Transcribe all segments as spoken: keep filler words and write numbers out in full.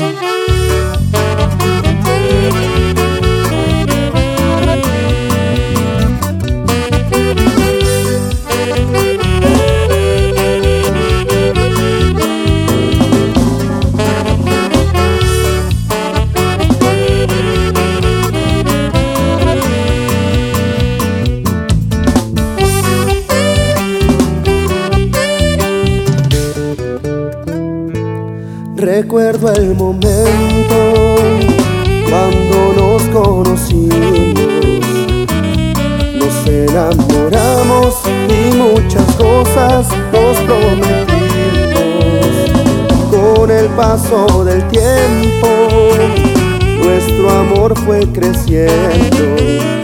Recuerdo el momento cuando nos conocimos, nos enamoramos y muchas cosas nos prometimos. Con el paso del tiempo, nuestro amor fue creciendo,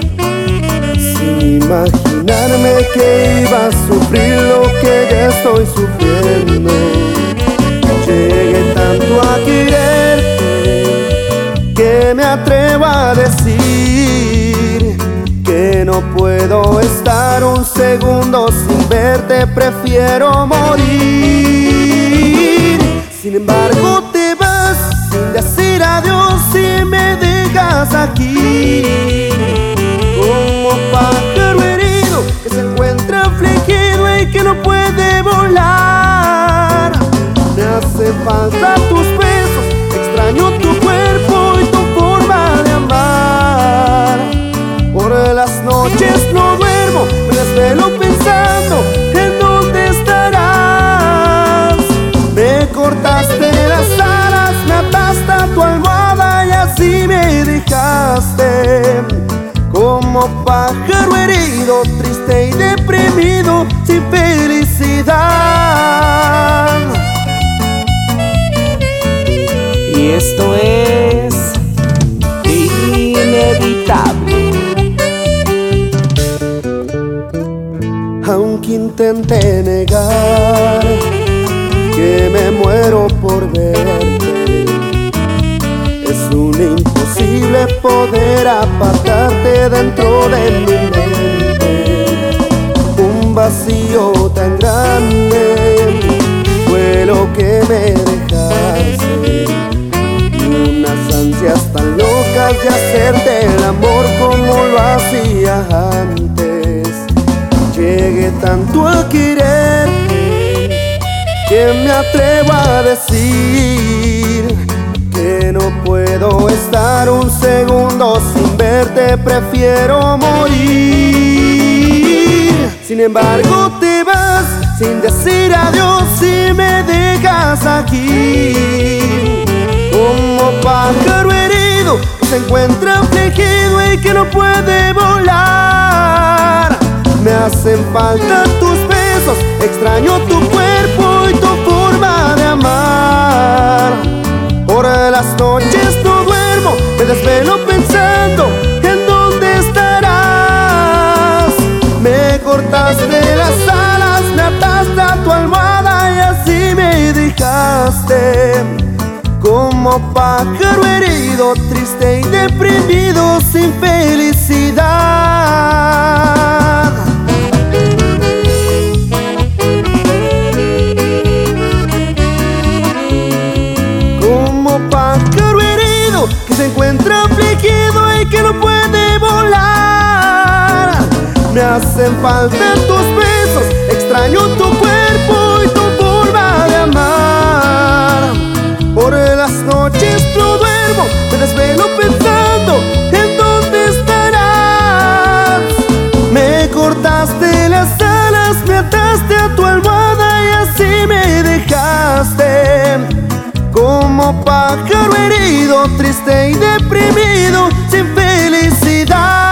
sin imaginarme que iba a sufrir lo que ya estoy sufriendo. Llegué tanto a quererte que me atrevo a decir que no puedo estar un segundo sin verte, prefiero morir. Sin embargo te vas sin decir adiós y me dejas aquí como pájaro herido que se encuentra afligido y que no puede volar. Me hace falta tus besos, extraño tu cuerpo y tu forma de amar. Por las noches no duermo, me desvelo pensando en dónde estarás. Me cortaste las alas, me ataste a tu almohada y así me dejaste como pájaro herido, triste y deprimido, sin felicidad. Y esto es inevitable. Aunque intenté negar que me muero por verte, es un imposible poder apartarte dentro de mi mente. Un vacío tan grande fue lo que me dejaste, unas ansias tan locas de hacerte el amor como lo hacía antes. Llegué tanto a quererte que me atrevo a decir que no puedo estar un segundo sin verte, prefiero morir. Sin embargo te vas sin decir adiós y me dejas aquí como pájaro herido que se encuentra afligido y que no puede volar. Me hacen falta tus besos, extraño tu cuerpo y tu forma de amar. Por las noches no duermo, me desvelo pensando en dónde estarás. Me cortaste las alas, me ataste a tu almohada y así me dejaste como pájaro herido, triste y deprimido, sin felicidad. Como pájaro herido que se encuentra afligido y que no puede volar. Me hacen falta tus besos, extraño tu cuerpo y tu forma de amar. Por las noches no duermo, me desvelo pensando en dónde estarás. Me cortaste las alas, me ataste a tu almohada y así me dejaste como pájaro herido, triste y deprimido, sin felicidad.